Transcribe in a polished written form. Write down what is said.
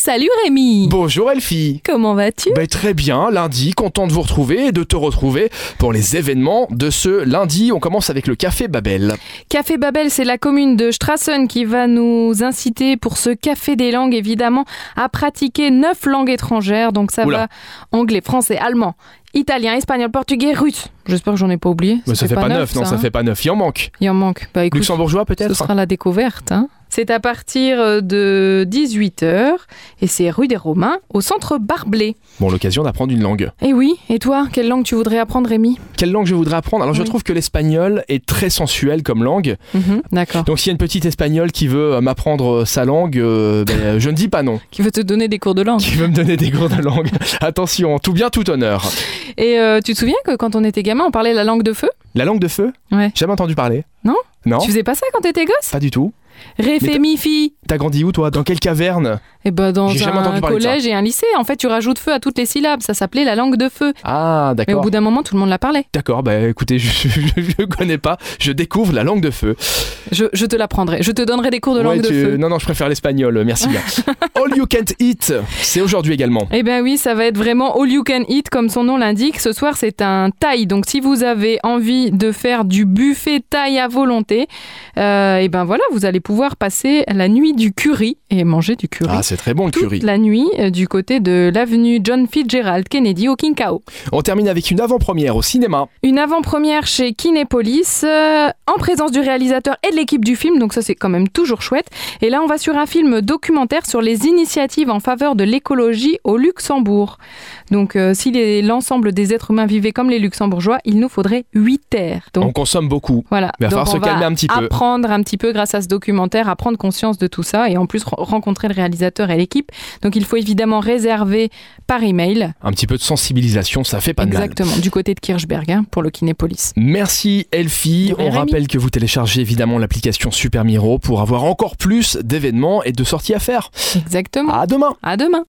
Salut Rémi. Bonjour Elfie. Comment vas-tu ? Très bien, lundi, content de vous retrouver et de te retrouver pour les événements de ce lundi. On commence avec le Café Babel. Café Babel, c'est la commune de Strassen qui va nous inciter pour ce Café des langues, évidemment, à pratiquer 9 langues étrangères. Donc ça va anglais, français, allemand, italien, espagnol, portugais, russe. J'espère que j'en ai pas oublié. Ça fait pas 9, non, ça fait pas 9. Il en manque. Il en manque. Écoute, luxembourgeois peut-être ? Ce sera la découverte. C'est à partir de 18h et c'est rue des Romains au centre Barblay. Bon, l'occasion d'apprendre une langue. Et oui, et toi, quelle langue tu voudrais apprendre, Rémi ? Quelle langue je voudrais apprendre ? Alors je trouve que l'espagnol est très sensuel comme langue. D'accord. Donc s'il y a une petite espagnole qui veut m'apprendre sa langue, je ne dis pas non. Qui veut te donner des cours de langue. Qui veut me donner des cours de langue. Attention, tout bien, tout honneur. Et tu te souviens que quand on était gamin, on parlait la langue de feu ? La langue de feu ? Ouais. Jamais entendu parler. Non ? Non. Tu faisais pas ça quand t'étais gosse ? Pas du tout. Ré, fé, mi, fi. T'as grandi où toi ? Dans quelle caverne ? Dans J'ai jamais entendu un parler de ça. collège et un lycée. En fait, tu rajoutes feu à toutes les syllabes. Ça s'appelait la langue de feu. Ah, d'accord. Mais au bout d'un moment, tout le monde la parlait. D'accord, écoutez, je connais pas. Je découvre la langue de feu. Je te l'apprendrai. Je te donnerai des cours de langue de feu. Non, je préfère l'espagnol, merci bien. All You Can Eat, c'est aujourd'hui également. Oui, ça va être vraiment All You Can Eat, comme son nom l'indique. Ce soir, c'est un thaï. Donc, si vous avez envie de faire du buffet thaï à volonté, voilà, vous allez pouvoir passer la nuit du curry et manger du curry. Ah, c'est très bon le curry. Toute la nuit du côté de l'avenue John Fitzgerald Kennedy au King Kao. On termine avec une avant-première au cinéma. Une avant-première chez Kinépolis, en présence du réalisateur et de l'équipe du film, donc ça c'est quand même toujours chouette. Et là on va sur un film documentaire sur les initiatives en faveur de l'écologie au Luxembourg. Donc si l'ensemble des êtres humains vivaient comme les Luxembourgeois, il nous faudrait 8 terres. Donc, on consomme beaucoup. Voilà. Il va falloir se calmer un petit peu. Apprendre un petit peu grâce à ce documentaire, à prendre conscience de tout ça et en plus rencontrer le réalisateur et l'équipe. Donc il faut évidemment réserver par email. Un petit peu de sensibilisation, ça fait pas de mal. Exactement, du côté de Kirchberg pour le Kinépolis. Merci Elfie. On rappelle que vous téléchargez évidemment l'application Super Miro pour avoir encore plus d'événements et de sorties à faire. Exactement. À demain. À demain.